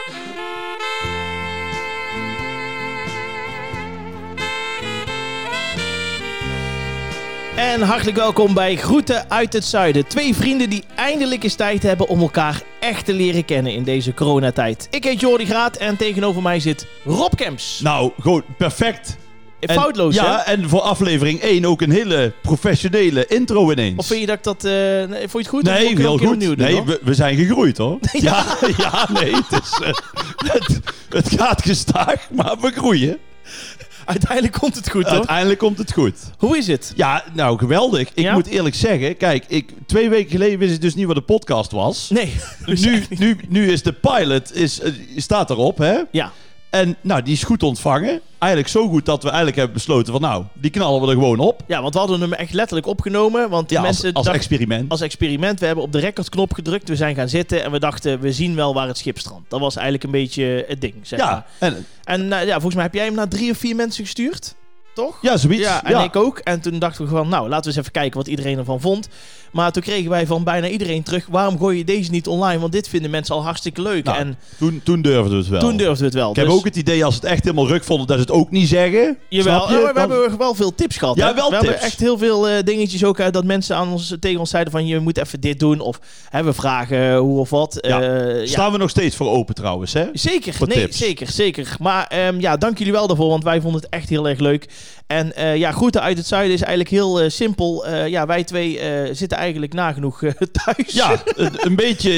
En hartelijk welkom bij Groeten uit het Zuiden. 2 vrienden die eindelijk eens tijd hebben om elkaar echt te leren kennen in deze coronatijd. Ik heet Jordi Graat en tegenover mij zit Rob Kemps. Nou, gewoon perfect. Foutloos, hè? Ja, en voor aflevering 1 ook een hele professionele intro ineens. Of vind je dat ik dat... vond je het goed? Nee, heel goed. Doen, nee, we zijn gegroeid, hoor. Ja. Nee, het gaat gestaag, maar we groeien. Uiteindelijk komt het goed, hoor. Uiteindelijk komt het goed. Hoe is het? Ja, nou, geweldig. Ik moet eerlijk zeggen, kijk, 2 weken geleden wist ik dus niet wat een podcast was. Nee. Nu is de pilot, staat erop, hè? Ja. En nou, die is goed ontvangen. Eigenlijk zo goed dat we eigenlijk hebben besloten van nou, die knallen we er gewoon op. Ja, want we hadden hem echt letterlijk opgenomen. Want ja, mensen als experiment. Als experiment. We hebben op de recordknop gedrukt. We zijn gaan zitten en we dachten, we zien wel waar het schip strandt. Dat was eigenlijk een beetje het ding, zeg maar. En volgens mij heb jij hem naar 3 of 4 mensen gestuurd. Toch? Ja, zoiets. Ja, en ik ook. En toen dachten we gewoon, nou, laten we eens even kijken wat iedereen ervan vond. Maar toen kregen wij van bijna iedereen terug, waarom gooi je deze niet online? Want dit vinden mensen al hartstikke leuk. Nou, en toen durfden we het wel. Toen durfden we het wel. Ik heb ook het idee, als ze het echt helemaal ruk vonden, dat ze het ook niet zeggen. Jawel, we hebben wel veel tips gehad. Ja, hè? wel we tips. hebben echt heel veel dingetjes ook dat mensen tegen ons zeiden van, je moet even dit doen. Of we vragen hoe of wat. Staan we nog steeds voor open trouwens, hè? Zeker, voor tips. zeker. Maar dank jullie wel daarvoor, want wij vonden het echt heel erg leuk. En Groeten uit het Zuiden is eigenlijk heel simpel. Wij 2 zitten eigenlijk nagenoeg thuis. Ja, een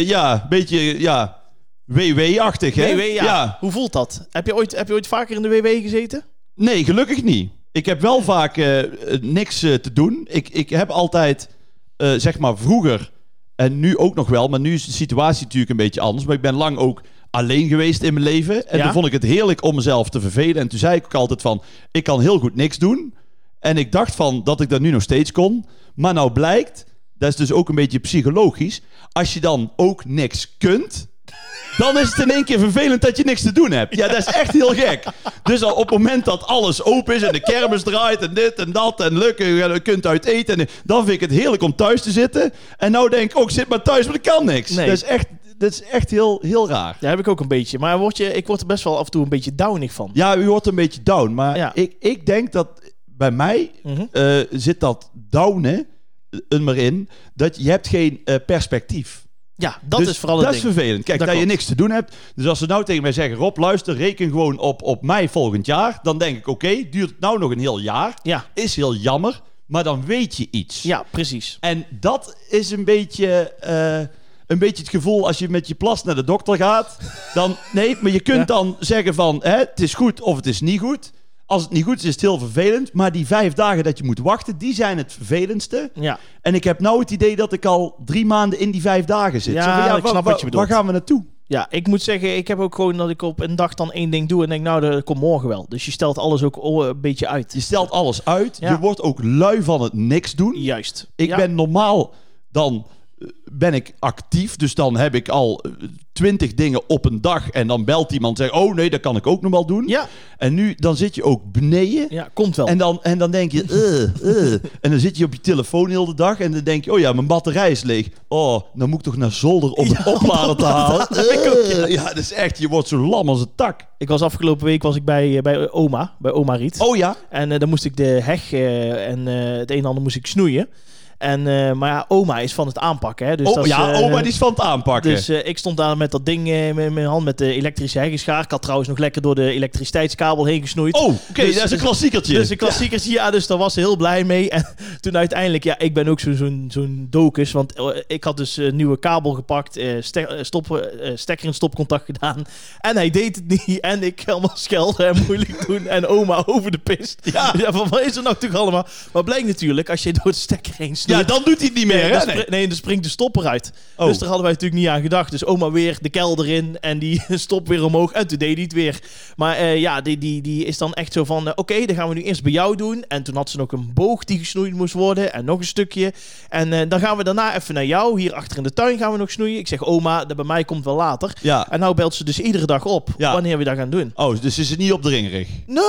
beetje WW-achtig, hè? WW, ja. Hoe voelt dat? Heb je ooit vaker in de WW gezeten? Nee, gelukkig niet. Ik heb wel vaak niks te doen. Ik heb altijd, zeg maar vroeger, en nu ook nog wel, maar nu is de situatie natuurlijk een beetje anders. Maar ik ben lang ook alleen geweest in mijn leven. En toen vond ik het heerlijk om mezelf te vervelen. En toen zei ik ook altijd van, ik kan heel goed niks doen. En ik dacht van dat ik dat nu nog steeds kon. Maar nou blijkt, dat is dus ook een beetje psychologisch. Als je dan ook niks kunt, dan is het in één keer vervelend dat je niks te doen hebt. Ja, dat is echt heel gek. Dus al op het moment dat alles open is en de kermis draait en dit en dat en lukken, je kunt uit eten. En dan vind ik het heerlijk om thuis te zitten. En nou denk ik, ik zit maar thuis, maar ik kan niks. Nee. Dat is echt heel, heel raar. Ja, heb ik ook een beetje. Maar ik word er best wel af en toe een beetje downig van. Ja, u wordt een beetje down. Maar ik denk dat bij mij zit dat downen er maar in. Dat je hebt geen perspectief. Ja, dat is vooral het ding. Dat is vervelend. Kijk, dat je niks te doen hebt. Dus als ze nou tegen mij zeggen, Rob, luister, reken gewoon op mei volgend jaar. Dan denk ik, oké, duurt het nou nog een heel jaar. Ja. Is heel jammer, maar dan weet je iets. Ja, precies. En dat is een beetje het gevoel als je met je plas naar de dokter gaat. Maar je kunt dan zeggen van, het is goed of het is niet goed. Als het niet goed is, is het heel vervelend. Maar die 5 dagen dat je moet wachten, die zijn het vervelendste. Ja. En ik heb nou het idee dat ik al 3 maanden in die 5 dagen zit. Ja, ik snap wat je bedoelt. Waar gaan we naartoe? Ja, ik moet zeggen, ik heb ook gewoon dat ik op een dag dan 1 ding doe en denk, nou, dat komt morgen wel. Dus je stelt alles ook een beetje uit. Je stelt alles uit. Ja. Je wordt ook lui van het niks doen. Juist. Ik ben normaal, dan ben ik actief. Dus dan heb ik al 20 dingen op een dag. En dan belt iemand en zegt, dat kan ik ook nog wel doen. Ja. En nu, dan zit je ook beneden. Ja, komt wel. En dan denk je, En dan zit je op je telefoon heel de dag. En dan denk je, mijn batterij is leeg. Dan moet ik toch naar zolder om een oplader te halen. Ja, dat is echt, je wordt zo lam als een tak. Afgelopen week bij oma Riet. Oh ja. En dan moest ik de heg en het een en ander moest ik snoeien. Maar oma is van het aanpakken. Hè? Dus oma die is van het aanpakken. Dus ik stond daar met dat ding in mijn hand met de elektrische heggeschaar. Ik had trouwens nog lekker door de elektriciteitskabel heen gesnoeid. Oh, oké, dat is een klassiekertje. Dus een klassiekertje, dus daar was ze heel blij mee. En toen uiteindelijk, ik ben ook zo'n dokus. Want ik had dus een nieuwe kabel gepakt, stekker in stopcontact gedaan. En hij deed het niet. En ik helemaal schelden en moeilijk doen. En oma over de pist. Ja, van wat is er nou toch allemaal? Maar blijkt natuurlijk, als je door de stekker heen snoeit. Ja, dan doet hij het niet meer, Nee, dan springt de stopper uit. Oh. Dus daar hadden wij natuurlijk niet aan gedacht. Dus oma weer de kelder in en die stop weer omhoog. En toen deed hij het weer. Maar die is dan echt zo van, oké, dan gaan we nu eerst bij jou doen. En toen had ze nog een boog die gesnoeid moest worden. En nog een stukje. En dan gaan we daarna even naar jou. Hier achter in de tuin gaan we nog snoeien. Ik zeg, oma, dat bij mij komt wel later. Ja. En nou belt ze dus iedere dag op wanneer we dat gaan doen. Oh, dus is het niet opdringerig? Nee.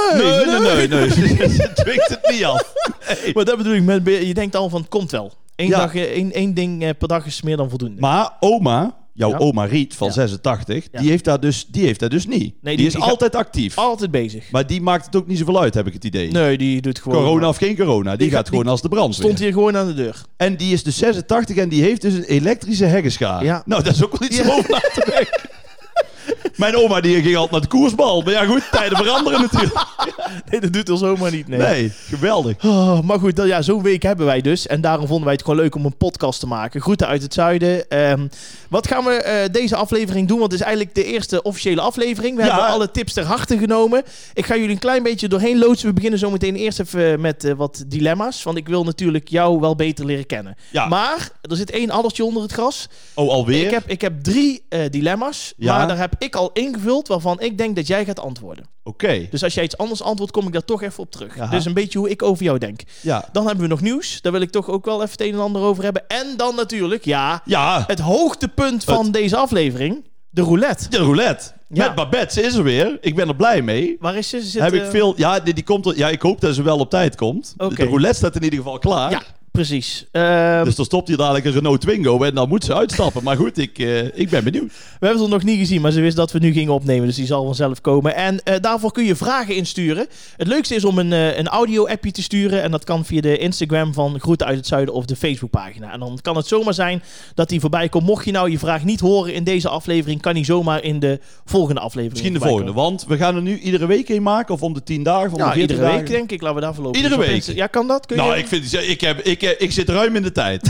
Ze dwingt het niet af. Nee. Maar dat bedoel ik, je denkt al van, het komt wel. Eén ding per dag is meer dan voldoende. Maar oma, jouw oma Riet van 86, die heeft dat dus niet. Nee, die is altijd actief. Altijd bezig. Maar die maakt het ook niet zoveel uit, heb ik het idee. Nee, die doet gewoon... Corona of geen corona, die gaat gewoon als de brandweer. Stond hier gewoon aan de deur. En die is dus 86 en die heeft dus een elektrische heggenschaar. Ja. Nou, dat is ook wel iets om over na te denken. Mijn oma die ging altijd naar de koersbal. Maar ja goed, tijden veranderen natuurlijk. Nee, dat doet ons oma niet. Nee, geweldig. Oh, maar goed, zo'n week hebben wij dus. En daarom vonden wij het gewoon leuk om een podcast te maken. Groeten uit het zuiden. Wat gaan we deze aflevering doen? Want het is eigenlijk de eerste officiële aflevering. We hebben alle tips ter harte genomen. Ik ga jullie een klein beetje doorheen loodsen. We beginnen zo meteen eerst even met wat dilemma's. Want ik wil natuurlijk jou wel beter leren kennen. Ja. Maar er zit 1 addertje onder het gras. Oh, alweer? Ik heb 3 dilemma's. Ja. Maar daar heb ik al ingevuld waarvan ik denk dat jij gaat antwoorden. Oké. Dus als jij iets anders antwoordt, kom ik daar toch even op terug. Aha. Dus een beetje hoe ik over jou denk. Ja. Dan hebben we nog nieuws. Daar wil ik toch ook wel even het een en ander over hebben. En dan natuurlijk, het hoogtepunt van deze aflevering. De roulette. De roulette. Ja. Met Babette, ze is er weer. Ik ben er blij mee. Waar is ze? Heb ik veel... Ja, die komt er... Ja, ik hoop dat ze wel op tijd komt. Okay. De roulette staat in ieder geval klaar. Ja. Precies. Dus dan stopt hier dadelijk een Renault Twingo en dan moet ze uitstappen. Maar goed, ik ben benieuwd. We hebben het nog niet gezien, maar ze wist dat we nu gingen opnemen. Dus die zal vanzelf komen. En daarvoor kun je vragen insturen. Het leukste is om een audio-appje te sturen. En dat kan via de Instagram van Groeten uit het Zuiden of de Facebookpagina. En dan kan het zomaar zijn dat die voorbij komt. Mocht je nou je vraag niet horen in deze aflevering, kan die zomaar in de volgende aflevering Misschien de volgende, want we gaan er nu iedere week een maken. Of om de 10 dagen, of om de 14 iedere dagen. week denk ik. Laten we daar voorlopig. Iedere week? Ja, kan dat? Kun je... Nou, ik zit ruim in de tijd.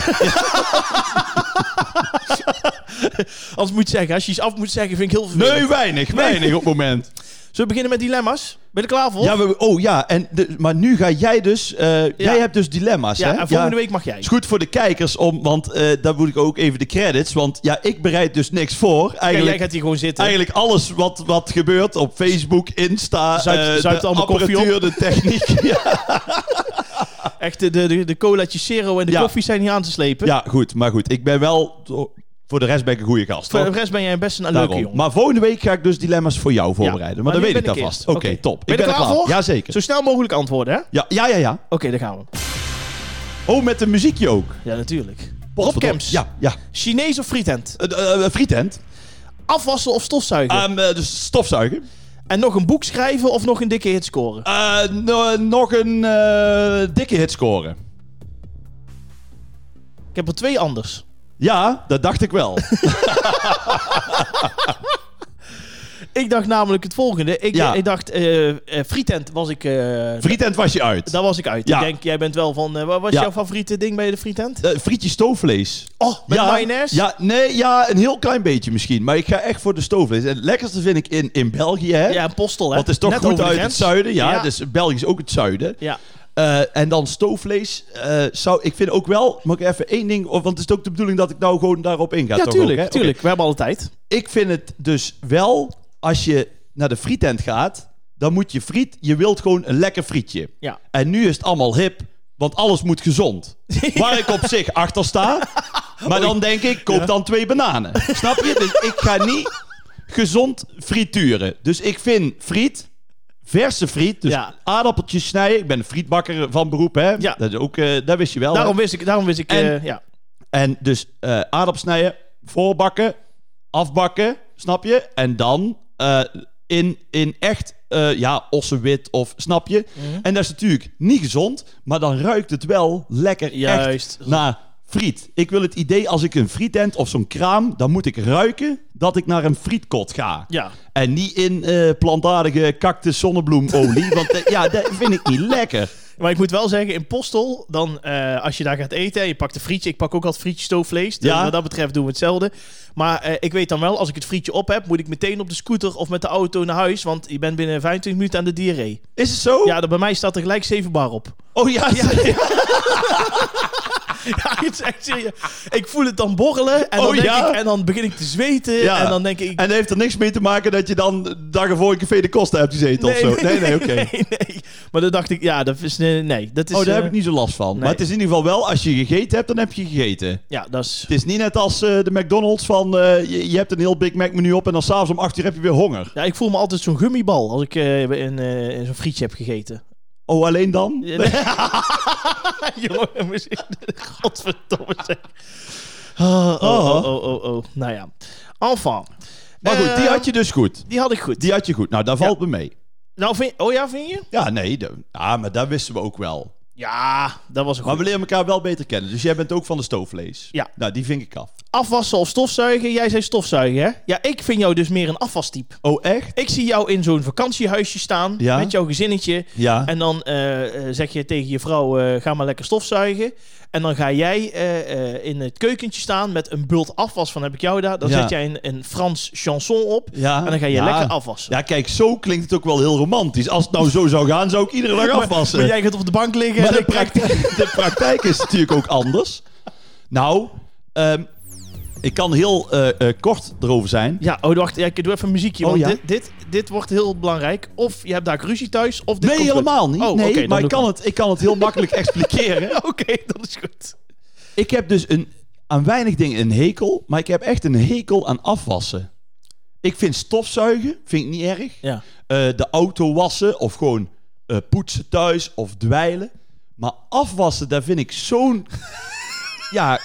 Als je iets af moet zeggen, vind ik heel vervelend. Nee, weinig op het moment. Zullen we beginnen met dilemma's? Ben je er klaar voor? Ja, maar nu ga jij dus... Jij hebt dus dilemma's, hè? En volgende week mag jij. Is goed voor de kijkers, want daar moet ik ook even de credits. Want ik bereid dus niks voor. Jij gaat hier gewoon zitten. Eigenlijk alles wat gebeurt op Facebook, Insta, zuipt de allemaal apparatuur, de techniek. Echt, de colaatjes Zero en de koffie zijn niet aan te slepen. Ja, maar goed. Ik ben wel... Voor de rest ben ik een goede gast. Voor de rest ben jij best een leuke jongen. Maar volgende week ga ik dus dilemma's voor jou voorbereiden. Maar dan weet ik dat vast. Oké, top. Ben je er klaar voor? Jazeker. Zo snel mogelijk antwoorden, hè? Ja. Oké, daar gaan we. Oh, met een muziekje ook? Ja, natuurlijk. Rob Kemps. Ja. Chinees of frietent? Frietent. Afwassen of stofzuigen? Dus stofzuigen. En nog een boek schrijven of nog een dikke hit scoren? Nog een dikke hit scoren. Ik heb er 2 anders. Ja, dat dacht ik wel. Ik dacht namelijk het volgende. Ik dacht, frietent was ik... Frietent was je uit. Daar was ik uit. Ja. Ik denk, jij bent wel van... wat was jouw favoriete ding bij de frietent? Frietje stoofvlees. Oh, met mayonaise? Een heel klein beetje misschien. Maar ik ga echt voor de stoofvlees. En het lekkerste vind ik in België, hè? Ja, een Postel, hè? Want het is toch net goed uit het zuiden. Ja, dus België is ook het zuiden. Ja. En dan stoofvlees. Ik vind ook wel... Mag ik even één ding... Want het is ook de bedoeling dat ik nou gewoon daarop inga. Ja, toch tuurlijk. ook, Tuurlijk. We hebben alle tijd. Ik vind het dus wel... Als je naar de frietent gaat... Dan moet je wilt gewoon een lekker frietje. Ja. En nu is het allemaal hip... Want alles moet gezond. Waar ik op zich achter sta. Maar dan denk ik... Koop dan 2 bananen. Snap je? Dus ik ga niet gezond frituren. Dus ik vind friet... Verse friet, dus aardappeltjes snijden. Ik ben een frietbakker van beroep, hè? Ja. Dat is ook, dat wist je wel. Daarom wist ik. En dus aardappels snijden, voorbakken, afbakken, snap je? En dan in echt ossenwit of, snap je? Mm-hmm. En dat is natuurlijk niet gezond, maar dan ruikt het wel lekker echt naar friet. Ik wil het idee, als ik een frietent of zo'n kraam, dan moet ik ruiken dat ik naar een frietkot ga. Ja. En niet in plantaardige cactus zonnebloemolie, want dat vind ik niet lekker. Maar ik moet wel zeggen, in Postel, dan als je daar gaat eten, je pakt een frietje. Ik pak ook altijd frietje stoofvlees. Dus wat dat betreft doen we hetzelfde. Maar ik weet dan wel, als ik het frietje op heb, moet ik meteen op de scooter of met de auto naar huis. Want je bent binnen 25 minuten aan de diarree. Is het zo? Ja, bij mij staat er gelijk 7 bar op. Oh ja. Ja, het is echt serieus. Ik voel het dan borrelen en dan begin ik te zweten. Ja. En dan denk ik... En dat heeft er niks mee te maken dat je dan dag ervoor een café de Costa hebt gezeten of zo? Nee, oké. Nee. Maar dan dacht ik, dat is... Nee, dat is... daar heb ik niet zo last van. Nee. Maar het is in ieder geval wel, als je gegeten hebt, dan heb je gegeten. Ja, dat is... Het is niet net als de McDonald's van... je hebt een heel Big Mac menu op en dan s'avonds om 8 uur heb je weer honger. Ja, ik voel me altijd zo'n gummibal als ik in zo'n frietje heb gegeten. Oh, alleen dan? Nee. Jongen, godverdomme zeg. Oh. Nou ja. Enfin. Maar goed, die had je dus goed. Die had ik goed. Die had je goed. Nou, daar valt me mee. Nou, vind je? Ja, nee. Maar dat wisten we ook wel. Ja, dat was een Maar goed. we leren elkaar wel beter kennen. Dus jij bent ook van de stoofvlees. Ja. Nou, die vink ik af. Afwassen of stofzuigen? Jij zei stofzuigen, hè? Ja, ik vind jou dus meer een afwastype. Oh, echt? Ik zie jou in zo'n vakantiehuisje staan Ja. met jouw gezinnetje. Ja. En dan zeg je tegen je vrouw, ga maar lekker stofzuigen. En dan ga jij in het keukentje staan met een bult afwas van heb ik jou daar. Dan Ja. zet jij een Frans chanson op. Ja. En dan ga je lekker afwassen. Ja, kijk, zo klinkt het ook wel heel romantisch. Als het nou zo zou gaan, zou ik iedere dag afwassen. Maar jij gaat op de bank liggen. Maar en de praktijk is natuurlijk ook anders. Nou, ik kan heel kort erover zijn. Ja, wacht. Ja, ik doe even een muziekje. Oh, Want ja? dit wordt heel belangrijk. Of je hebt daar ruzie thuis, of dit Nee, komt goed. helemaal niet. Oh, nee, oké, dan maar doe ik kan het heel makkelijk expliceren. Oké, dat is goed. Ik heb dus aan weinig dingen een hekel, maar ik heb echt een hekel aan afwassen. Ik vind stofzuigen, vind ik niet erg. Ja. De auto wassen of gewoon poetsen thuis of dweilen. Maar afwassen, daar vind ik zo'n... ja,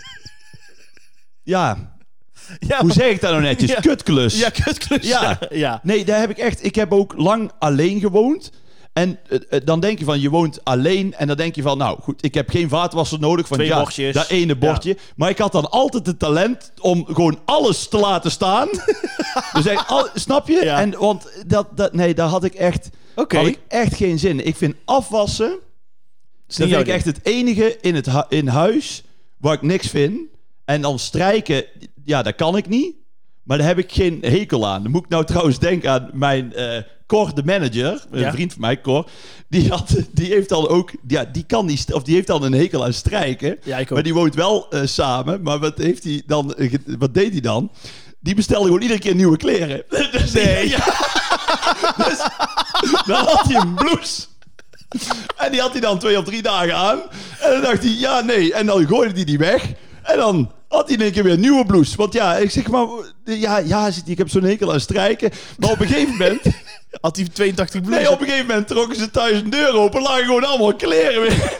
hoe zeg ik dat nou netjes? Ja. Kutklus. Ja, kutklus. Ja. Ja. Nee, daar heb ik echt... Ik heb ook lang alleen gewoond. En dan denk je van, je woont alleen. En dan denk je van, nou goed, ik heb geen vaatwasser nodig. Van, 2 bordjes. Dat ene bordje. Ja. Maar ik had dan altijd het talent om gewoon alles te laten staan. Dus echt, snap je? Ja. En, want daar had ik echt, Oké. had ik echt geen zin in. Ik vind afwassen, dat vind ik echt het enige in huis waar ik niks vind. En dan strijken, ja, dat kan ik niet. Maar daar heb ik geen hekel aan. Dan moet ik nou trouwens denken aan mijn Cor, de manager. Een vriend van mij, Cor. Die heeft dan ook... Ja, die kan niet... Of die heeft dan een hekel aan strijken. Ja, ik ook. Maar die woont wel samen. Maar wat heeft hij dan... Wat deed hij dan? Die bestelde gewoon iedere keer nieuwe kleren. Dus Nee. dus dan had hij een blouse. En die had hij dan 2 of 3 dagen aan. En dan dacht hij, ja, nee. En dan gooide hij die weg. En dan had hij in één keer weer een nieuwe blouse. Want ja, ik zeg maar... Ja, ik heb zo'n hekel aan strijken. Maar op een gegeven moment... Had hij 82 bloemen? Nee, op een gegeven moment trokken ze thuis een deur open. Lagen gewoon allemaal kleren weer.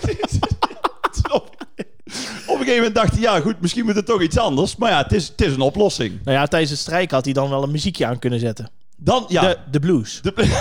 Op een gegeven moment dacht hij... Ja, goed, misschien moet het toch iets anders. Maar ja, het is een oplossing. Nou ja, tijdens het strijken had hij dan wel een muziekje aan kunnen zetten. Dan, ja... De blues.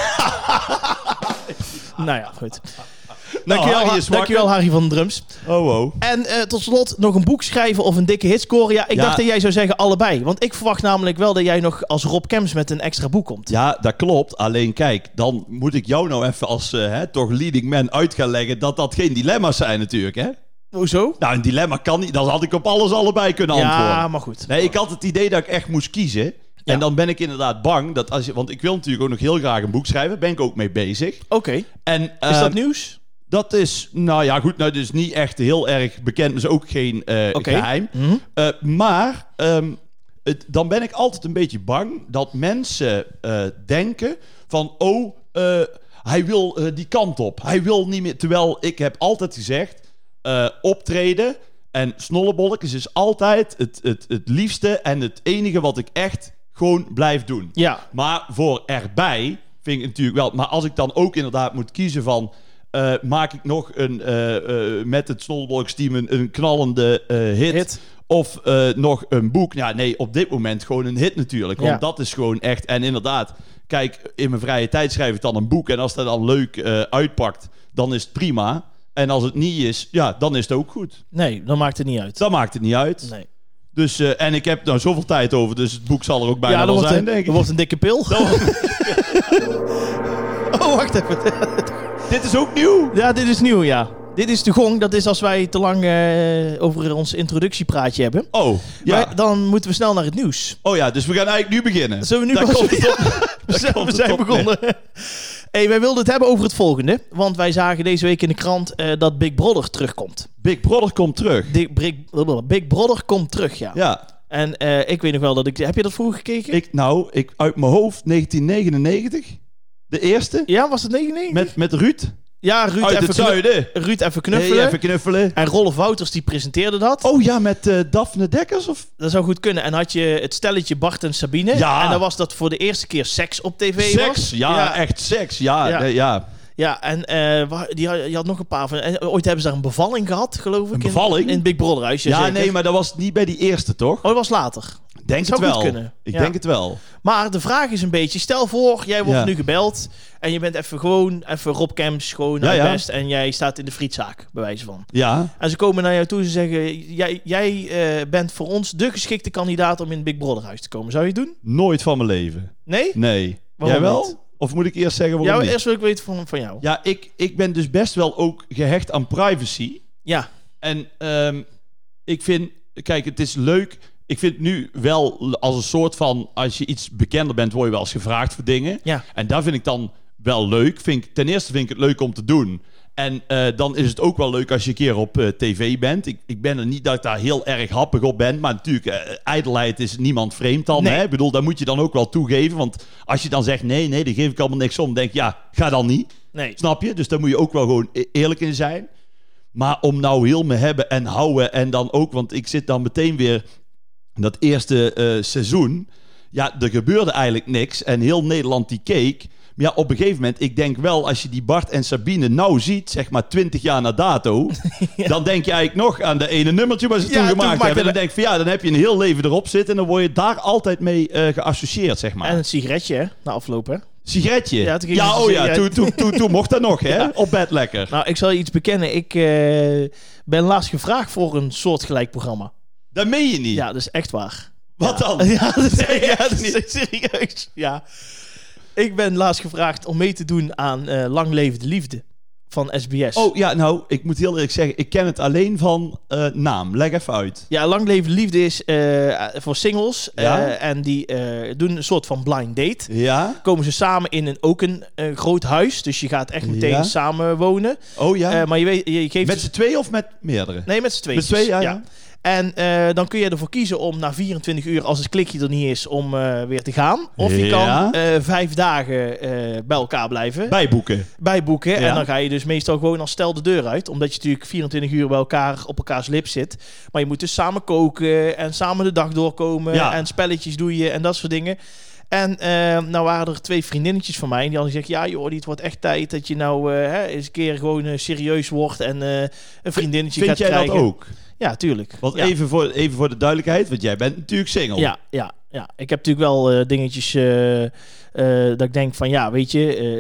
Nou ja, goed. Harry Dankjewel, Harry van de Drums. Oh. En tot slot nog een boek schrijven of een dikke hit scoren. Ja, ik dacht dat jij zou zeggen allebei. Want ik verwacht namelijk wel dat jij nog als Rob Kemps met een extra boek komt. Ja, dat klopt. Alleen kijk, dan moet ik jou nou even als toch leading man uit gaan leggen dat geen dilemma's zijn natuurlijk, hè? Hoezo? Nou, een dilemma kan niet. Dan had ik op alles allebei kunnen antwoorden. Ja, maar goed. Nee, ik had het idee dat ik echt moest kiezen. Ja. En dan ben ik inderdaad bang dat want ik wil natuurlijk ook nog heel graag een boek schrijven. Daar ben ik ook mee bezig. Oké. En is dat nieuws? Dat is, nou ja, goed, nou, dus niet echt heel erg bekend, dus ook geen geheim. Mm-hmm. Maar dan ben ik altijd een beetje bang dat mensen denken van, hij wil die kant op. Hij wil niet meer, terwijl ik heb altijd gezegd, optreden en snollebolletjes is altijd het liefste en het enige wat ik echt gewoon blijf doen. Ja. Maar voor erbij vind ik natuurlijk wel, maar als ik dan ook inderdaad moet kiezen van, maak ik nog met het Snollebolletjes-team een knallende hit. Of nog een boek. Ja, nee, op dit moment gewoon een hit natuurlijk. Want dat is gewoon echt... En inderdaad, kijk, in mijn vrije tijd schrijf ik dan een boek. En als dat dan leuk uitpakt, dan is het prima. En als het niet is, ja, dan is het ook goed. Nee, dan maakt het niet uit. Dan maakt het niet uit. Nee. Dus, en ik heb nou zoveel tijd over, dus het boek zal er ook bijna wel zijn, denk ik. Er wordt een dikke pil. Oh, wacht even. Dit is ook nieuw? Ja, dit is nieuw, ja. Dit is de gong. Dat is als wij te lang over ons introductiepraatje hebben. Oh, ja. Maar dan moeten we snel naar het nieuws. Oh ja, dus we gaan eigenlijk nu beginnen. Zullen we nu We zijn begonnen. Hey, wij wilden het hebben over het volgende. Want wij zagen deze week in de krant dat Big Brother terugkomt. Big Brother komt terug? Big Brother komt terug, ja. Ja. En ik weet nog wel dat ik... Heb je dat vroeger gekeken? Ik uit mijn hoofd 1999. De eerste. Ja, was het 99? Met Ruud. Ja, Ruud uit even het zuiden. Ruud even knuffelen. Hey, even knuffelen. En Rolf Wouters die presenteerde dat. Oh ja, met Daphne Dekkers? Of? Dat zou goed kunnen. En had je het stelletje Bart en Sabine. Ja. En dan was dat voor de eerste keer seks op tv. Seks, ja, echt seks. Ja. Ja, en je had nog een paar van... En ooit hebben ze daar een bevalling gehad, geloof ik. Een bevalling? In het Big Brother huis. Ja, nee, maar dat was niet bij die eerste, toch? Oh, dat was later. Denk het wel. Ik denk het wel. Maar de vraag is een beetje... Stel voor, jij wordt nu gebeld... en je bent even Rob Kemps, gewoon naar het best... en jij staat in de frietzaak, bij wijze van. Ja. En ze komen naar jou toe en ze zeggen... Jij bent voor ons de geschikte kandidaat... om in het Big Brother huis te komen. Zou je het doen? Nooit van mijn leven. Nee? Nee. Waarom Jij wel? niet? Of moet ik eerst zeggen waarom niet? Eerst wil ik weten van jou. Ja, ik ben dus best wel ook gehecht aan privacy. Ja. En ik vind... Kijk, het is leuk... Ik vind nu wel als een soort van... Als je iets bekender bent, word je wel eens gevraagd voor dingen. Ja. En daar vind ik dan wel leuk. Ten eerste vind ik het leuk om te doen. En dan is het ook wel leuk als je een keer op tv bent. Ik ben er niet dat ik daar heel erg happig op ben. Maar natuurlijk, ijdelheid is niemand vreemd dan. Nee. Hè? Ik bedoel, dat moet je dan ook wel toegeven. Want als je dan zegt, nee, daar geef ik allemaal niks om. Dan denk ik, ja, ga dan niet. Nee. Snap je? Dus daar moet je ook wel gewoon eerlijk in zijn. Maar om nou heel me hebben en houden en dan ook... Want ik zit dan meteen weer... Dat eerste seizoen, ja, er gebeurde eigenlijk niks. En heel Nederland die keek. Maar ja, op een gegeven moment, ik denk wel... als je die Bart en Sabine nou ziet, zeg maar 20 jaar na dato... dan denk je eigenlijk nog aan de ene nummertje... waar ze toen gemaakt hebben. En dan denk ik van ja, dan heb je een heel leven erop zitten... en dan word je daar altijd mee geassocieerd, zeg maar. En een sigaretje, hè, na afloop, hè? Sigaretje? Ja, toen mocht dat nog, hè? Ja. Op bed lekker. Nou, ik zal je iets bekennen. Ik ben laatst gevraagd voor een soortgelijk programma. Dat meen je niet? Ja, dat is echt waar. Wat dan? Ja, dat is serieus. Ja. Ik ben laatst gevraagd om mee te doen aan Lang Leven de Liefde van SBS. Oh ja, nou, ik moet heel eerlijk zeggen, ik ken het alleen van naam. Leg even uit. Ja, Lang Leven de Liefde is voor singles. Ja? En die doen een soort van blind date. Ja? Komen ze samen in ook een groot huis. Dus je gaat echt meteen samen wonen. Oh ja? Maar je geeft... Met z'n twee of met meerdere? Nee, met z'n tweeën. Met twee, ja. En dan kun je ervoor kiezen om na 24 uur, als het klikje er niet is, om weer te gaan. Of je kan 5 dagen bij elkaar blijven. Bijboeken. Ja. En dan ga je dus meestal gewoon als stel de deur uit. Omdat je natuurlijk 24 uur bij elkaar op elkaars lip zit. Maar je moet dus samen koken en samen de dag doorkomen. Ja. En spelletjes doe je en dat soort dingen. En nou waren er 2 vriendinnetjes van mij. En die hadden gezegd, ja joh, het wordt echt tijd dat je nou eens een keer gewoon serieus wordt. En een vriendinnetje gaat krijgen. Vind jij dat ook? Ja, tuurlijk. Want even voor de duidelijkheid, want jij bent natuurlijk single. Ja. Ik heb natuurlijk wel dingetjes dat ik denk van ja, weet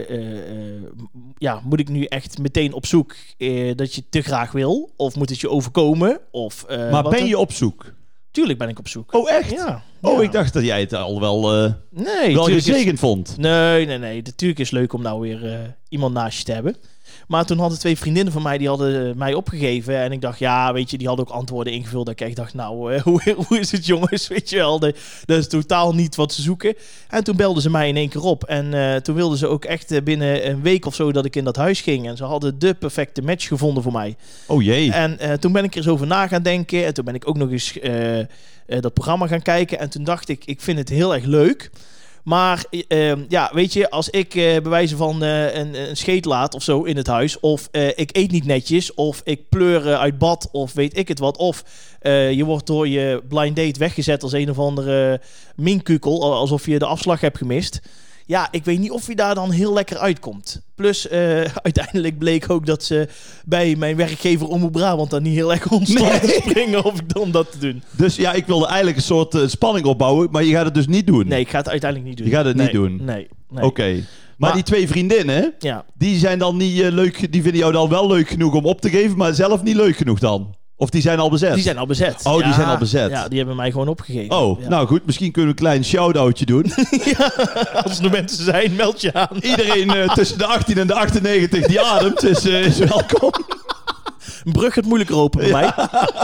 je, moet ik nu echt meteen op zoek dat je te graag wil? Of moet het je overkomen? Of, maar ben je op zoek? Tuurlijk ben ik op zoek. Oh, echt? Ja. Oh, ik dacht dat jij het al wel gezegend vond. Nee. Natuurlijk is het leuk om nou weer iemand naast je te hebben. Maar toen hadden 2 vriendinnen van mij, die hadden mij opgegeven. En ik dacht, ja, weet je, die hadden ook antwoorden ingevuld. Dat ik echt dacht, nou, hoe is het jongens? Weet je wel, dat is totaal niet wat ze zoeken. En toen belden ze mij in één keer op. En toen wilden ze ook echt binnen een week of zo dat ik in dat huis ging. En ze hadden de perfecte match gevonden voor mij. Oh jee. En toen ben ik er eens over na gaan denken. En toen ben ik ook nog eens dat programma gaan kijken. En toen dacht ik vind het heel erg leuk. Maar weet je, als ik bij wijze van een scheet laat of zo in het huis... of ik eet niet netjes, of ik pleur uit bad, of weet ik het wat... of je wordt door je blind date weggezet als een of andere minkukel... alsof je de afslag hebt gemist... Ja, ik weet niet of je daar dan heel lekker uitkomt. Plus, uiteindelijk bleek ook dat ze bij mijn werkgever Omroep Brabant dan niet heel erg ontstonden te springen of ik dan dat te doen. Dus ja, ik wilde eigenlijk een soort spanning opbouwen, maar je gaat het dus niet doen. Nee, ik ga het uiteindelijk niet doen. Je gaat het niet doen? Nee. Oké. Maar die 2 vriendinnen, ja. Die zijn dan niet leuk, die vinden jou dan wel leuk genoeg om op te geven, maar zelf niet leuk genoeg dan? Of die zijn al bezet? Die zijn al bezet. Oh, die zijn al bezet. Ja, die hebben mij gewoon opgegeven. Oh, nou goed. Misschien kunnen we een klein shout-outje doen. Ja, als er nog mensen zijn, meld je aan. Iedereen tussen de 18 en de 98 die ademt is welkom. Een brug gaat moeilijker open bij mij.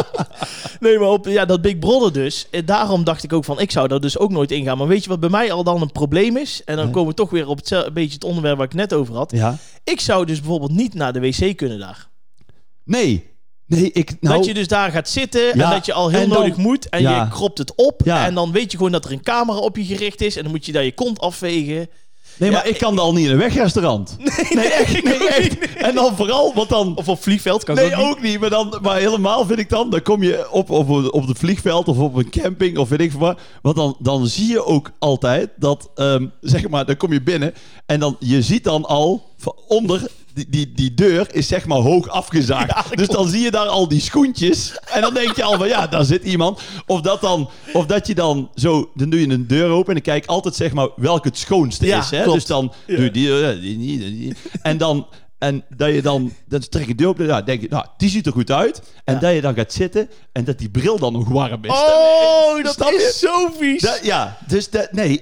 Nee, maar dat Big Brother dus. Daarom dacht ik ook van, ik zou daar dus ook nooit ingaan. Maar weet je wat bij mij al dan een probleem is? En dan komen we toch weer op een beetje het onderwerp waar ik net over had. Ja. Ik zou dus bijvoorbeeld niet naar de wc kunnen daar. Nee, dat je dus daar gaat zitten en dat je al heel nodig moet en je kropt het op en dan weet je gewoon dat er een camera op je gericht is en dan moet je daar je kont afvegen. Nee, maar ik kan al niet in een wegrestaurant. Nee, echt. En dan vooral, want dan... Of op vliegveld kan ook niet. Maar helemaal vind ik dan kom je op het vliegveld of op een camping of weet ik veel wat. Want dan zie je ook altijd dat, zeg maar, dan kom je binnen en dan je ziet dan al onder die deur is zeg maar hoog afgezaagd. Ja, dus dan zie je daar al die schoentjes. En dan denk je al van ja, daar zit iemand. Of dat je dan zo, dan doe je een deur open en dan kijk altijd zeg maar welke het schoonste is. Hè? Klopt. Dus dan doe je die. En dat je dan trek je de deur open. Nou, denk je, nou, die ziet er goed uit. En dat je dan gaat zitten en dat die bril dan nog warm is. Oh, dat is zo vies. Dus nee,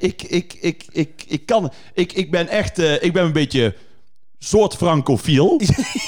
ik ben echt, ik ben een beetje soort francofiel.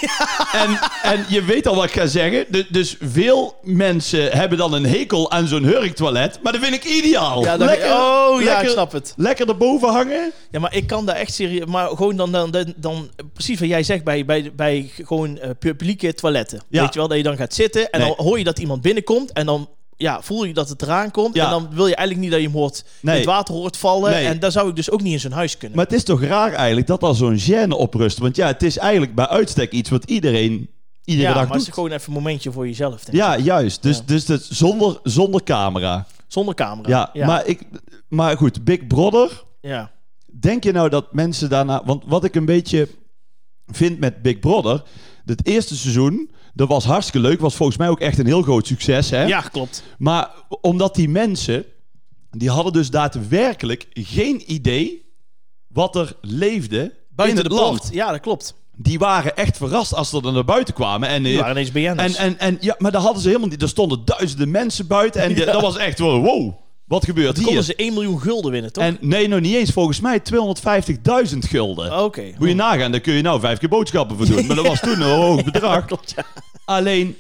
En je weet al wat ik ga zeggen. Dus veel mensen hebben dan een hekel aan zo'n hurktoilet. Maar dat vind ik ideaal. Ja, lekker, ik snap het. Lekker erboven hangen. Ja, maar ik kan daar echt serieus... Maar gewoon dan precies wat jij zegt bij gewoon publieke toiletten. Ja. Weet je wel, dat je dan gaat zitten en dan hoor je dat iemand binnenkomt en dan... Ja, voel je dat het eraan komt. Ja. En dan wil je eigenlijk niet dat je hem hoort in het water hoort vallen. Nee. En daar zou ik dus ook niet in zo'n huis kunnen. Maar het is toch raar eigenlijk dat er zo'n gêne op rust. Want ja, het is eigenlijk bij uitstek iets wat iedere dag maar doet. het is gewoon even een momentje voor jezelf. Denk ik. Ja, juist. Dus dat zonder camera. Zonder camera. Ja. Maar goed, Big Brother. Ja. Denk je nou dat mensen daarna... Want wat ik een beetje vind met Big Brother... Het eerste seizoen, dat was hartstikke leuk. Was volgens mij ook echt een heel groot succes. Hè? Ja, klopt. Maar omdat die mensen... Die hadden dus daadwerkelijk geen idee... wat er leefde Buiten in het de land. poort. Ja, dat klopt. Die waren echt verrast als ze er naar buiten kwamen. En, Die waren ineens BN'ers. en ja, maar daar hadden ze helemaal niet... Er stonden duizenden mensen buiten. En dat was echt wel... Wow, wat gebeurt Toen hier? konden ze 1 miljoen gulden winnen, toch? En nee, nog niet eens. Volgens mij 250.000 gulden. Oké. Moet je nagaan, daar kun je nou 5 keer boodschappen voor doen. Maar dat was toen een hoog bedrag. Klopt, ja. Alleen,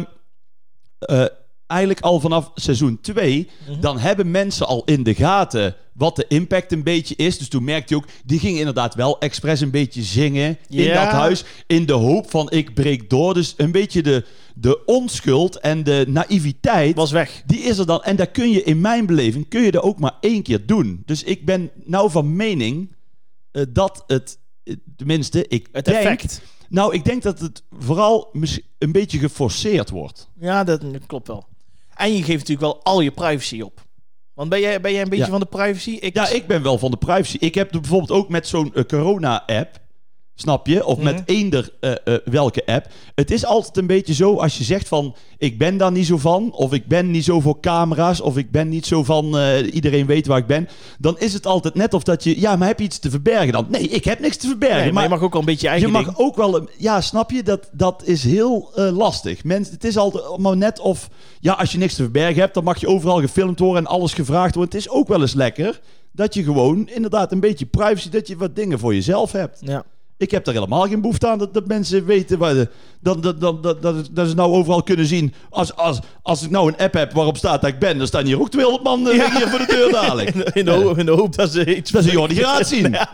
eigenlijk al vanaf seizoen 2... dan hebben mensen al in de gaten wat de impact een beetje is. Dus toen merkte je ook... die gingen inderdaad wel expres een beetje zingen in dat huis. In de hoop van ik breek door. Dus een beetje de onschuld en de naïviteit... Was weg. Die is er dan. En daar kun je in mijn beleving... kun je er ook maar 1 keer doen. Dus ik ben nou van mening... dat het... tenminste, ik denk... Effect. Nou, ik denk dat het vooral een beetje geforceerd wordt. Ja, dat klopt wel. En je geeft natuurlijk wel al je privacy op. Want ben jij een beetje van de privacy? Ik ben wel van de privacy. Ik heb bijvoorbeeld ook met zo'n corona-app... Snap je? Of met eender welke app. Het is altijd een beetje zo als je zegt van... ik ben daar niet zo van. Of ik ben niet zo voor camera's. Of ik ben niet zo van... iedereen weet waar ik ben. Dan is het altijd net of dat je... Ja, maar heb je iets te verbergen dan? Nee, ik heb niks te verbergen. Nee, maar je mag ook wel een beetje je eigen je mag ook wel... Ja, snap je? Dat is heel lastig. Het is altijd maar net of... Ja, als je niks te verbergen hebt... dan mag je overal gefilmd worden en alles gevraagd worden. Het is ook wel eens lekker... dat je gewoon inderdaad een beetje privacy... dat je wat dingen voor jezelf hebt. Ja. Ik heb er helemaal geen behoefte aan dat mensen weten waar dat ze nou overal kunnen zien. Als ik nou een app heb waarop staat dat ik ben, dan staan hier ook 200 man hier voor de deur dadelijk. In de hoop dat ze iets... Dat ze Jordi Graat zien. Ja.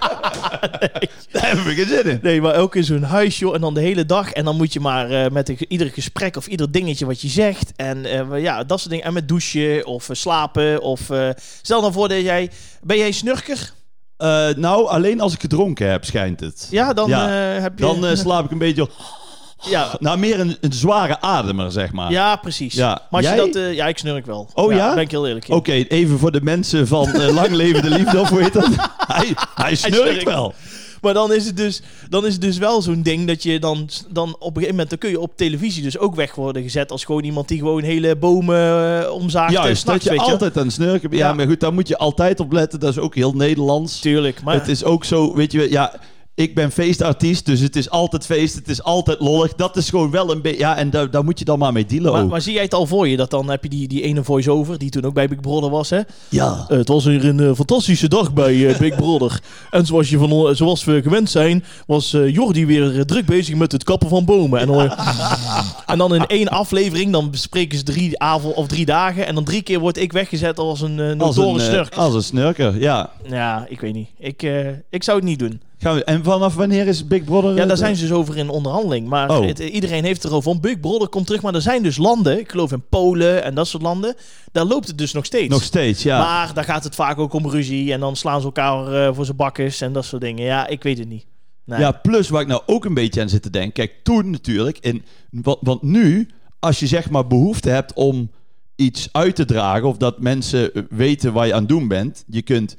Daar hebben we geen zin in. Nee, maar ook in zo'n huis, joh. En dan de hele dag. En dan moet je maar met ieder gesprek of ieder dingetje wat je zegt. En dat soort dingen. En met douchen of slapen. Of stel dan voor dat jij... Ben jij snurker? Nou, alleen als ik gedronken heb, schijnt het. Ja, dan heb je... Dan slaap ik een beetje... Ja. Nou, meer een zware ademer, zeg maar. Ja, precies. Ja. Maar als Jij? je dat... ik snurk wel. Oh ja? Ben ik heel eerlijk in. Oké, even voor de mensen van Lang Leven de Liefde, of hoe heet dat? Hij snurkt wel. Maar dan is het dus wel zo'n ding dat je dan op een gegeven moment... dan kun je op televisie dus ook weg worden gezet... als gewoon iemand die gewoon hele bomen omzaagt. Juist, dat je altijd aan het snurken bent. Ja, maar goed, daar moet je altijd op letten. Dat is ook heel Nederlands. Tuurlijk, maar... Het is ook zo, weet je... Ja, ik ben feestartiest, dus het is altijd feest. Het is altijd lollig. Dat is gewoon wel een beetje... Ja, en daar moet je dan maar mee dealen ook. Maar zie jij het al voor je? Dat dan heb je die ene voice-over... die toen ook bij Big Brother was, hè? Ja. Het was weer een fantastische dag bij Big Brother. En zoals we gewend zijn... was Jordi weer druk bezig met het kappen van bomen. En dan in 1 aflevering... dan bespreken ze 3 dagen... en dan 3 keer word ik weggezet als een notoren snurker. Als een snurker, ja. Ja, ik weet niet. Ik zou het niet doen. En vanaf wanneer is Big Brother... Ja, daar zijn ze dus over in onderhandeling. Maar iedereen heeft het erover van Big Brother komt terug. Maar er zijn dus landen, ik geloof in Polen en dat soort landen. Daar loopt het dus nog steeds. Nog steeds, ja. Maar daar gaat het vaak ook om ruzie. En dan slaan ze elkaar voor zijn bakkes en dat soort dingen. Ja, ik weet het niet. Nee. Ja, plus waar ik nou ook een beetje aan zit te denken. Kijk, toen natuurlijk. Want nu, als je zeg maar behoefte hebt om iets uit te dragen... of dat mensen weten waar je aan het doen bent... je kunt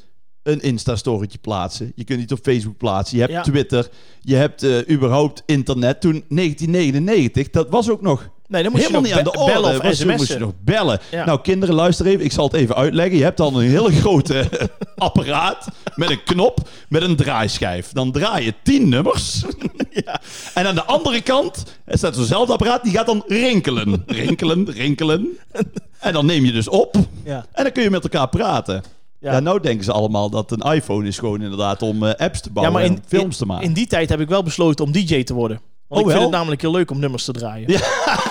een Insta-storytje plaatsen. Je kunt iets op Facebook plaatsen. Je hebt Ja. Twitter. Je hebt überhaupt internet. Toen 1999, dat was ook nog Nee, dan moest helemaal je niet nog aan de orde. bellen of Toen sms'en. moest je nog bellen. Ja. Nou, kinderen, luister even. Ik zal het even uitleggen. Je hebt dan een hele grote apparaat met een knop, met een draaischijf. Dan draai je 10 nummers. Ja. En aan de andere kant staat zo'nzelfde apparaat. Die gaat dan rinkelen. Rinkelen, rinkelen. En dan neem je dus op. Ja. En dan kun je met elkaar praten. Ja. Ja, nou denken ze allemaal dat een iPhone is gewoon inderdaad om apps te bouwen en films te maken. In die tijd heb ik wel besloten om DJ te worden. Want ik wel? vind het namelijk heel leuk om nummers te draaien. Ja.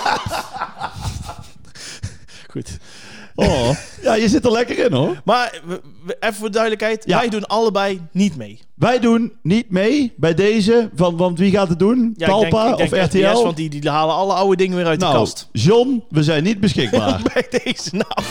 Goed. Oh. Ja, je zit er lekker in hoor. Maar even voor duidelijkheid. Ja. Wij doen allebei niet mee. Wij doen niet mee bij deze. Want wie gaat het doen? Ja, Talpa ik denk of RTL? RTS, want die halen alle oude dingen weer uit de Nou, kast. John, we zijn niet beschikbaar. Bij deze nou.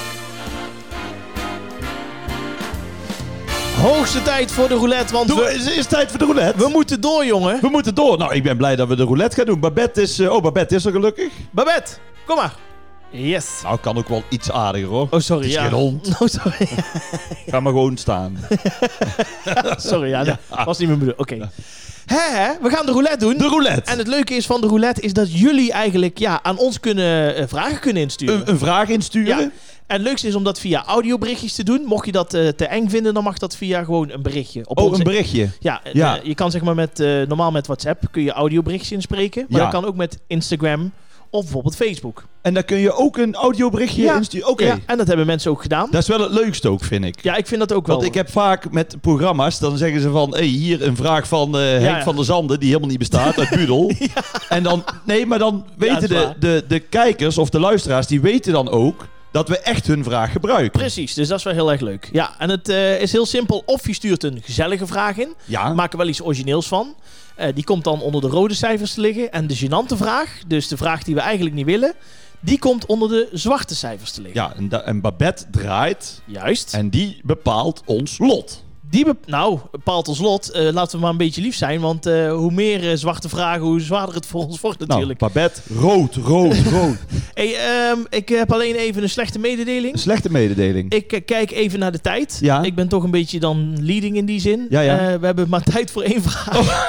Hoogste tijd voor de roulette, want Het is tijd voor de roulette. we moeten door, jongen. We moeten door. Nou, ik ben blij dat we de roulette gaan doen. Babette is er gelukkig. Babette, kom maar. Yes. Nou, kan ook wel iets aardiger hoor. Oh, sorry. Het is Ja. geen hond. Oh, sorry. Ga maar gewoon staan. Sorry, ja. Dat was niet mijn bedoeling. Oké. Hè, we gaan de roulette doen. De roulette. En het leuke is van de roulette is dat jullie eigenlijk aan ons vragen kunnen insturen. Een vraag insturen. Ja. En het leukste is om dat via audioberichtjes te doen. Mocht je dat te eng vinden, dan mag dat via gewoon een berichtje. Op onze... een berichtje. Ja, Ja. je kan zeg maar normaal met WhatsApp kun je audioberichtjes inspreken. Maar Ja. dat kan ook met Instagram of bijvoorbeeld Facebook. En dan kun je ook een audioberichtje Ja. insturen. Oké. Ja, en dat hebben mensen ook gedaan. Dat is wel het leukste ook, vind ik. Ja, ik vind dat ook wel. Want ik heb vaak met programma's, dan zeggen ze van... Hey, hier een vraag van Henk ja. van der Zanden, die helemaal niet bestaat, uit Budel. En dan... Nee, maar dan weten dat is waar. de kijkers of de luisteraars, die weten dan ook dat we echt hun vraag gebruiken. Precies, dus dat is wel heel erg leuk. Ja, en het is heel simpel. Of je stuurt een gezellige vraag in. Ja. We maken wel iets origineels van. Die komt dan onder de rode cijfers te liggen. En de gênante vraag, dus de vraag die we eigenlijk niet willen... die komt onder de zwarte cijfers te liggen. Ja, en Babette draait Juist. en die bepaalt ons lot. Die bepaalt ons lot. Laten we maar een beetje lief zijn. Want hoe meer zwarte vragen, hoe zwaarder het voor ons wordt natuurlijk. Nou, Babette, rood. Hey, ik heb alleen even een slechte mededeling. Een slechte mededeling. Ik kijk even naar de tijd. Ja. Ik ben toch een beetje dan leading in die zin. Ja. We hebben maar tijd voor 1 vraag.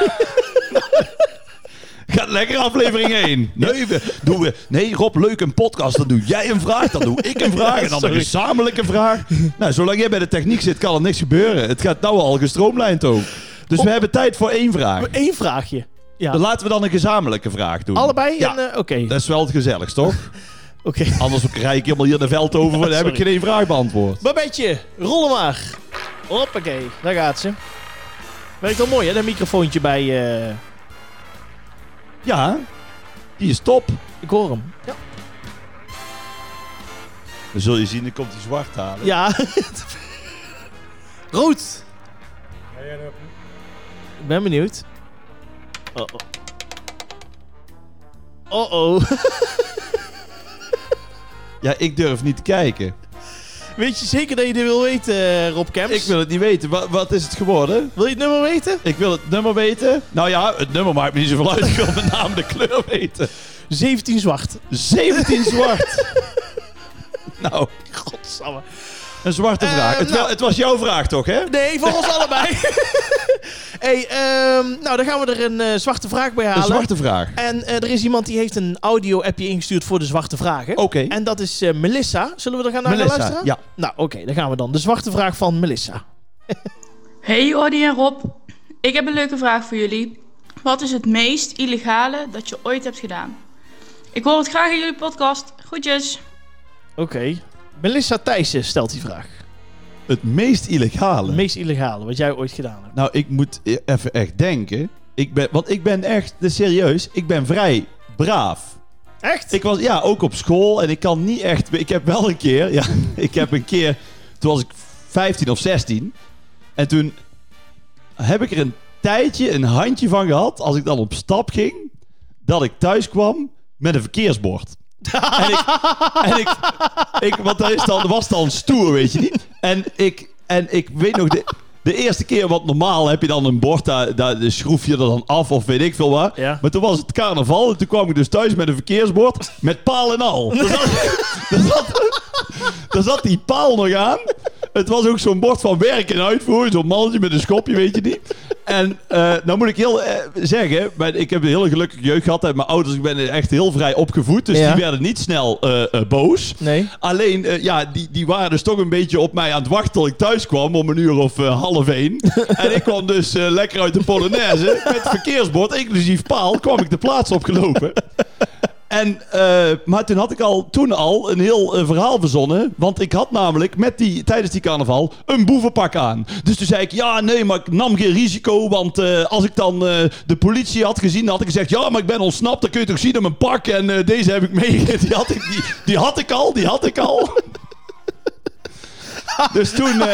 Gaat lekker aflevering 1. Nee, Rob, leuk een podcast. Dan doe jij een vraag, dan doe ik een vraag. En dan een Sorry. gezamenlijke vraag. Nou, zolang jij bij de techniek zit, kan er niks gebeuren. Het gaat nou al gestroomlijnd ook. Dus we hebben tijd voor 1 vraag. 1 vraagje. Ja. Dan laten we dan een gezamenlijke vraag doen. Allebei? Ja. Oké. Dat is wel het gezelligst, toch? Oké. Anders rij ik helemaal hier de veld over. Dan heb ik geen 1 vraag beantwoord. Babetje, rollen maar. Hoppakee, daar gaat ze. Werkt wel mooi, hè? Dat microfoontje bij... Ja, die is top. Ik hoor hem. Ja. Dan zul je zien, dan komt hij zwart halen. Ja. Rood. Ik ben benieuwd. Oh. Ja, ik durf niet te kijken. Weet je zeker dat je dit wil weten, Rob Kemps? Ik wil het niet weten. Wat is het geworden? Wil je het nummer weten? Ik wil het nummer weten. Nou ja, het nummer maakt me niet zoveel uit. Ik wil met name de kleur weten. 17 zwart. 17 zwart. Nou, Godsamme. een zwarte vraag. Het was jouw vraag toch, hè? Nee, voor ons allebei. Hey, nou, dan gaan we er een zwarte vraag bij halen. Een zwarte vraag. En er is iemand die heeft een audio-appje ingestuurd voor de zwarte vragen. Oké. En dat is Melissa. Zullen we er gaan naar Melissa, luisteren? ja. Nou, oké, dan gaan we dan. De zwarte vraag van Melissa. Hey Jordi en Rob, ik heb een leuke vraag voor jullie. Wat is het meest illegale dat je ooit hebt gedaan? Ik hoor het graag in jullie podcast. Groetjes. Oké. Melissa Thijssen stelt die vraag. Het meest illegale. Het meest illegale wat jij ooit gedaan hebt. Nou, ik moet even echt denken. Want ik ben echt, serieus, ik ben vrij braaf. Echt? Ik was, ja, ook op school en ik kan niet echt... Ik heb wel een keer, toen was ik 15 of 16. En toen heb ik er een tijdje een handje van gehad, als ik dan op stap ging, dat ik thuis kwam met een verkeersbord. Want dat was dan stoer, weet je niet. En ik weet nog, de eerste keer, want normaal heb je dan een bord, daar schroef je er dan af of weet ik veel waar. Ja. Maar toen was het carnaval en toen kwam ik dus thuis met een verkeersbord met paal en al. Daar zat die paal nog aan. Het was ook zo'n bord van werk en uitvoer. Zo'n mannetje met een schopje, weet je niet. En nou moet ik heel zeggen, ik heb een hele gelukkige jeugd gehad uit mijn ouders. Ik ben echt heel vrij opgevoed. Dus die werden niet snel boos. Nee. Alleen, die waren dus toch een beetje op mij aan het wachten tot ik thuis kwam om 1:30. En ik kwam dus lekker uit de Polonaise met het verkeersbord, inclusief paal, kwam ik de plaats opgelopen. En, maar toen al een heel verhaal verzonnen. Want ik had namelijk tijdens die carnaval een boevenpak aan. Dus toen zei ik, ja nee, maar ik nam geen risico. Want als ik dan de politie had gezien, dan had ik gezegd, ja, maar ik ben ontsnapt. Dan kun je toch zien aan mijn pak. En deze heb ik meegegeven. Die had ik al. Dus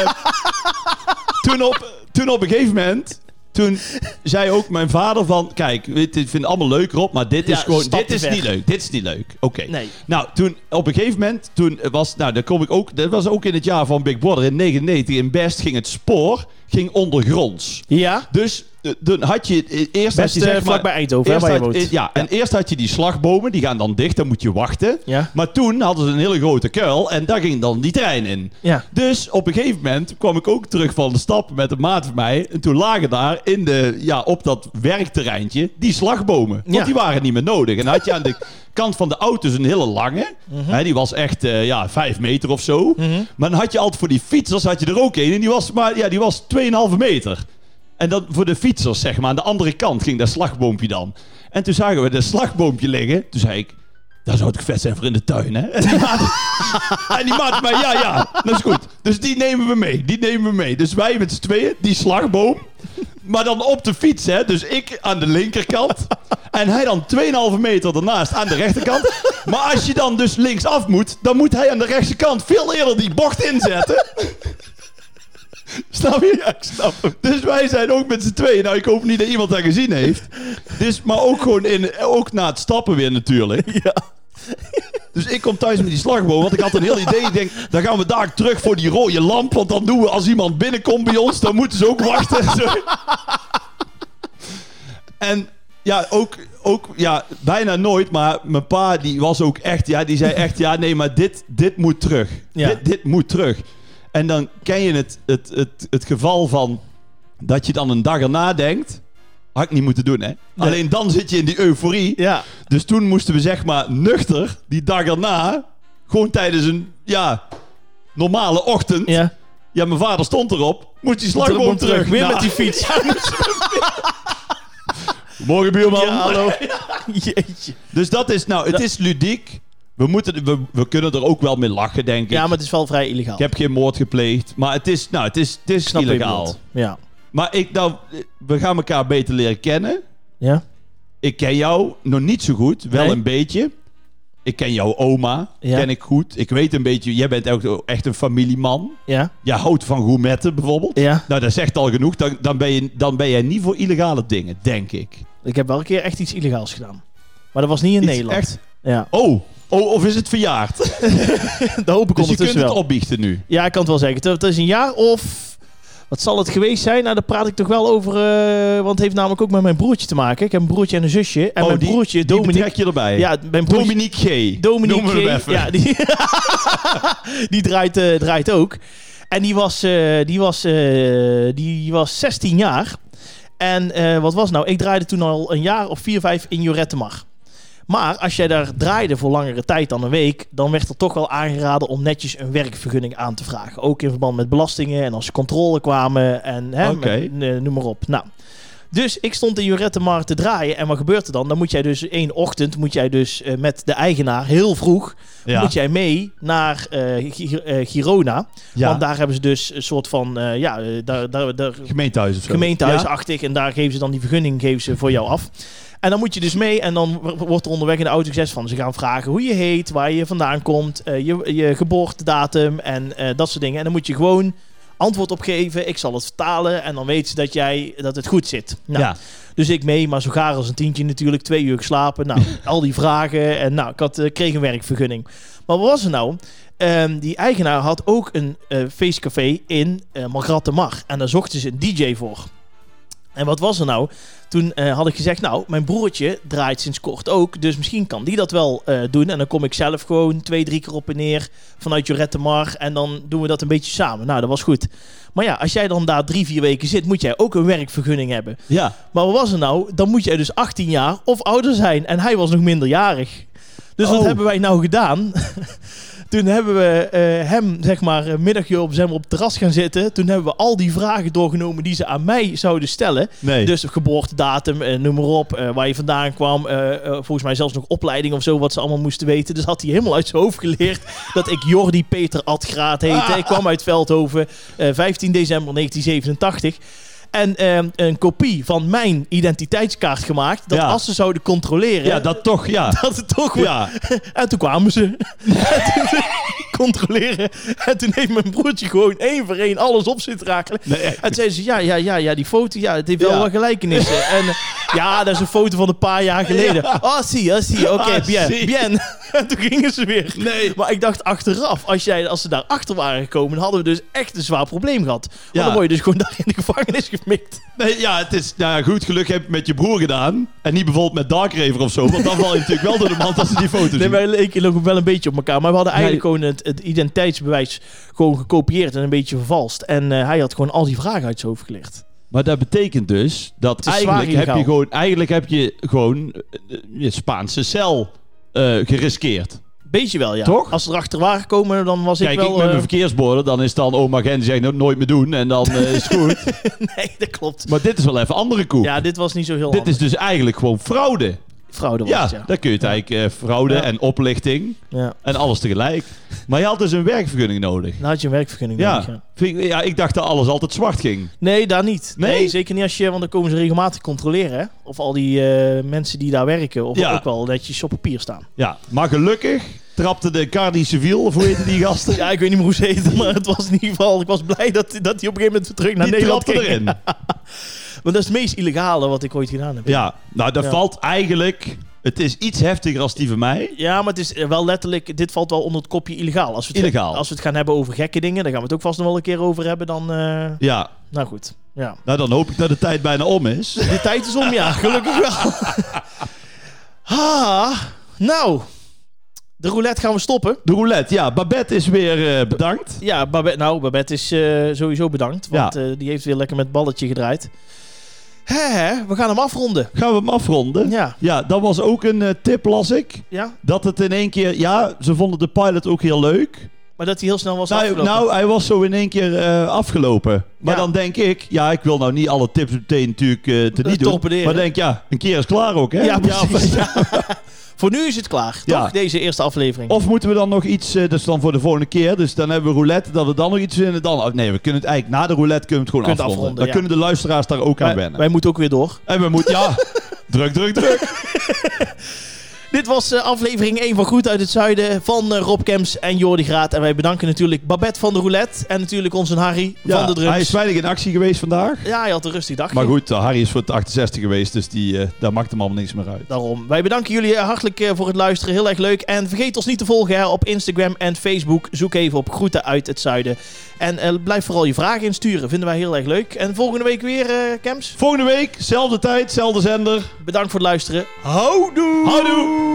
toen op een gegeven moment... Toen zei ook mijn vader van... Kijk, ik vind het allemaal leuk, Rob, maar dit is gewoon... Dit is niet leuk. Dit is niet leuk. Oké. Nee. Nou, toen op een gegeven moment... daar kom ik ook... Dat was ook in het jaar van Big Brother. In 1999 in Best ging het spoor ondergronds. Ja. Dus dan had je eerst... Best vlakbij Eindhoven, waar je woont. En eerst had je die slagbomen. Die gaan dan dicht. Dan moet je wachten. Ja. Maar toen hadden ze een hele grote kuil. En daar ging dan die trein in. Ja. Dus op een gegeven moment kwam ik ook terug van de stap met een maat van mij. En toen lagen daar op dat werkterreintje die slagbomen. Want die waren niet meer nodig. En dan had je aan de kant van de auto's een hele lange. Hè, die was echt 5 meter of zo. Maar dan had je altijd voor die fietsers had je er ook een. En die was 2,5 meter. En dan voor de fietsers, zeg maar, aan de andere kant ging dat slagboompje dan. En toen zagen we dat slagboompje liggen. Toen zei ik, dat zou het vet zijn voor in de tuin, hè? En die maat mij, ja, dat is goed. Dus die nemen we mee. Dus wij met z'n tweeën, die slagboom. Maar dan op de fiets, hè. Dus ik aan de linkerkant. En hij dan 2,5 meter daarnaast aan de rechterkant. Maar als je dan dus linksaf moet, dan moet hij aan de rechterkant veel eerder die bocht inzetten. Snap je? Ja, ik snap hem. Dus wij zijn ook met z'n tweeën. Nou, ik hoop niet dat iemand dat gezien heeft. Dus, maar ook gewoon ook na het stappen weer natuurlijk. Ja. Dus ik kom thuis met die slagboom. Want ik had een heel idee. Ik denk, dan gaan we daar terug voor die rode lamp. Want dan doen we, als iemand binnenkomt bij ons, dan moeten ze ook wachten. En ja, ook bijna nooit. Maar mijn pa, die was ook echt, die zei echt, ja, nee, maar dit moet terug. Ja. Dit moet terug. En dan ken je het geval van dat je dan een dag erna denkt, had ik niet moeten doen, hè? Nee. Alleen dan zit je in die euforie. Ja. Dus toen moesten we zeg maar nuchter die dag erna, gewoon tijdens een normale ochtend. Ja. Ja, mijn vader stond erop, moest die slagboom terug. Weer met die fiets. Morgen buurman. Ja, hallo. Jeetje. Dus dat is, het is ludiek. We kunnen er ook wel mee lachen, denk ik. Ja, maar het is wel vrij illegaal. Ik heb geen moord gepleegd. Maar het is illegaal. Ja. Maar we gaan elkaar beter leren kennen. Ja. Ik ken jou nog niet zo goed. Wel een beetje. Ik ken jouw oma. Ja. Ken ik goed. Ik weet een beetje. Jij bent ook echt een familieman. Ja. Jij houdt van gourmetten bijvoorbeeld. Ja. Nou, dat zegt al genoeg. Dan ben jij niet voor illegale dingen, denk ik. Ik heb wel een keer echt iets illegaals gedaan. Maar dat was niet in Nederland. Echt? Ja. Oh, of is het verjaard? Dat hoop ik dus ondertussen wel. Je kunt het opbiechten nu? Ja, ik kan het wel zeggen. Het is een jaar of... Wat zal het geweest zijn? Nou, daar praat ik toch wel over... want het heeft namelijk ook met mijn broertje te maken. Ik heb een broertje en een zusje. En mijn broertje, Dominique... Die betrek je erbij? Ja, mijn broertje... Dominique G. Dominique G. Ja, die draait ook. En die was 16 jaar. En wat was nou? Ik draaide toen al een jaar of 4, 5 in Jorette Mar. Maar als jij daar draaide voor langere tijd dan een week, dan werd er toch wel aangeraden om netjes een werkvergunning aan te vragen. Ook in verband met belastingen en als ze controle kwamen en noem maar op. Nou, dus ik stond in Jorette Mar te draaien en wat gebeurt er dan? Dan moet jij dus één ochtend met de eigenaar heel vroeg moet jij mee naar Girona. Ja. Want daar hebben ze dus een soort van gemeentehuis of zo. Gemeentehuisachtig en daar geven ze dan die vergunning voor jou af. En dan moet je dus mee en dan wordt er onderweg in de auto gezegd van... Ze gaan vragen hoe je heet, waar je vandaan komt, je geboortedatum en dat soort dingen. En dan moet je gewoon antwoord op geven. Ik zal het vertalen en dan weten ze dat het goed zit. Nou, dus ik mee, maar zo gaar als een tientje natuurlijk. 2 uur geslapen. Nou, al die vragen. En kreeg een werkvergunning. Maar wat was er nou? Die eigenaar had ook een feestcafé in Margrethe Mar. En daar zochten ze een DJ voor. En wat was er nou? Toen had ik gezegd, nou, mijn broertje draait sinds kort ook. Dus misschien kan die dat wel doen. En dan kom ik zelf gewoon 2-3 keer op en neer vanuit Jorette Mar. En dan doen we dat een beetje samen. Nou, dat was goed. Maar ja, als jij dan daar 3-4 weken zit, moet jij ook een werkvergunning hebben. Ja. Maar wat was er nou? Dan moet jij dus 18 jaar of ouder zijn. En hij was nog minderjarig. Dus wat hebben wij nou gedaan? Toen hebben we hem, zeg maar, een middagje op het terras gaan zitten. Toen hebben we al die vragen doorgenomen die ze aan mij zouden stellen. Nee. Dus geboortedatum, noem maar op, waar je vandaan kwam. Volgens mij zelfs nog opleiding of zo, wat ze allemaal moesten weten. Dus had hij helemaal uit zijn hoofd geleerd dat ik Jordi Peter Adgraat heette. Ik kwam uit Veldhoven, 15 december 1987. En een kopie van mijn identiteitskaart gemaakt. Dat als ze zouden controleren... Ja, dat toch, ja. Dat het toch... Ja. En toen kwamen ze. En toen controleren. En toen heeft mijn broertje gewoon 1 voor 1 alles op zitten rakelen. Nee, en toen zeiden ze, ja, die foto, ja, het heeft wel wat gelijkenissen. En ja, dat is een foto van een paar jaar geleden. Ja. Oh, zie. Oké, bien. En toen gingen ze weer. Nee. Maar ik dacht achteraf, als ze daar achter waren gekomen, dan hadden we dus echt een zwaar probleem gehad. Want dan word je dus gewoon daar in de gevangenis gemikt. Nee, ja, het is goed geluk heb je met je broer gedaan. En niet bijvoorbeeld met Dark Raver of zo. Want dan val je natuurlijk wel door de mand als ze die foto's zien. Nee, wij leken wel een beetje op elkaar. Maar we hadden eigenlijk gewoon het identiteitsbewijs gewoon gekopieerd en een beetje vervalst. En hij had gewoon al die vragen uit zijn hoofd geleerd. Maar dat betekent dus dat eigenlijk heb je gewoon je Spaanse cel geriskeerd. Beetje wel, ja. Toch? Als ze erachter waren gekomen, dan was ik wel... Kijk, ik met mijn verkeersborden, dan is dan oma Gen die zegt nooit meer doen en dan is het goed. Nee, dat klopt. Maar dit is wel even andere koek. Ja, dit was niet zo heel Dit is dus eigenlijk gewoon fraude. Fraude was het, ja. Daar kun je het eigenlijk fraude en oplichting en alles tegelijk. Maar je had dus een werkvergunning nodig. Dan had je een werkvergunning nodig, ja. Ik dacht dat alles altijd zwart ging. Nee, daar niet. Nee, zeker niet want dan komen ze regelmatig controleren. Hè? Of al die mensen die daar werken, of ook wel netjes op papier staan. Ja, maar gelukkig trapte de Cardi Civil, of hoe heette die gasten? Ja, ik weet niet meer hoe ze heten, maar het was in ieder geval... Ik was blij dat hij op een gegeven moment terug naar Nederland ging. Erin. Want dat is het meest illegale wat ik ooit gedaan heb. Ja, nou dat valt eigenlijk... Het is iets heftiger als die van mij. Ja, maar het is wel letterlijk... Dit valt wel onder het kopje illegaal. Als we het gaan hebben over gekke dingen... Dan gaan we het ook vast nog wel een keer over hebben. Dan, ja. Nou goed. Ja. Nou, dan hoop ik dat de tijd bijna om is. De tijd is om, ja. Gelukkig wel. Nou... De roulette gaan we stoppen. De roulette, ja. Babette is weer bedankt. Ja, Babette is sowieso bedankt. Want die heeft weer lekker met balletje gedraaid. We gaan hem afronden. Gaan we hem afronden? Ja. Ja, dat was ook een tip, las ik. Ja. Dat het in één keer... Ja, ze vonden de pilot ook heel leuk. Maar dat hij heel snel was afgelopen. Nou, hij was zo in één keer afgelopen. Maar dan denk ik... Ja, ik wil nou niet alle tips meteen natuurlijk te niet doen. Maar denk een keer is klaar ook, hè? Ja, precies. Voor nu is het klaar, toch? Deze eerste aflevering. Of moeten we dan nog iets... dat is dan voor de volgende keer. Dus dan hebben we roulette. Dat we dan nog iets vinden. Nee, we kunnen het eigenlijk na de roulette kunnen we het gewoon afronden. Dan kunnen de luisteraars daar ook aan wennen. Wij moeten ook weer door. En we moeten... Ja, druk. Dit was aflevering 1 van Goed uit het Zuiden van Rob Kemps en Jordi Graat. En wij bedanken natuurlijk Babette van de Roulette en natuurlijk onze Harry van de Drugs. Hij is weinig in actie geweest vandaag. Ja, hij had een rustig dagje. Maar goed, Harry is voor het 68 geweest, dus daar maakt hem allemaal niks meer uit. Daarom. Wij bedanken jullie hartelijk voor het luisteren. Heel erg leuk. En vergeet ons niet te volgen op Instagram en Facebook. Zoek even op Groeten uit het Zuiden. En blijf vooral je vragen insturen. Vinden wij heel erg leuk. En volgende week weer, Kemps? Volgende week, zelfde tijd, zelfde zender. Bedankt voor het luisteren. Houdoe! Houdoe!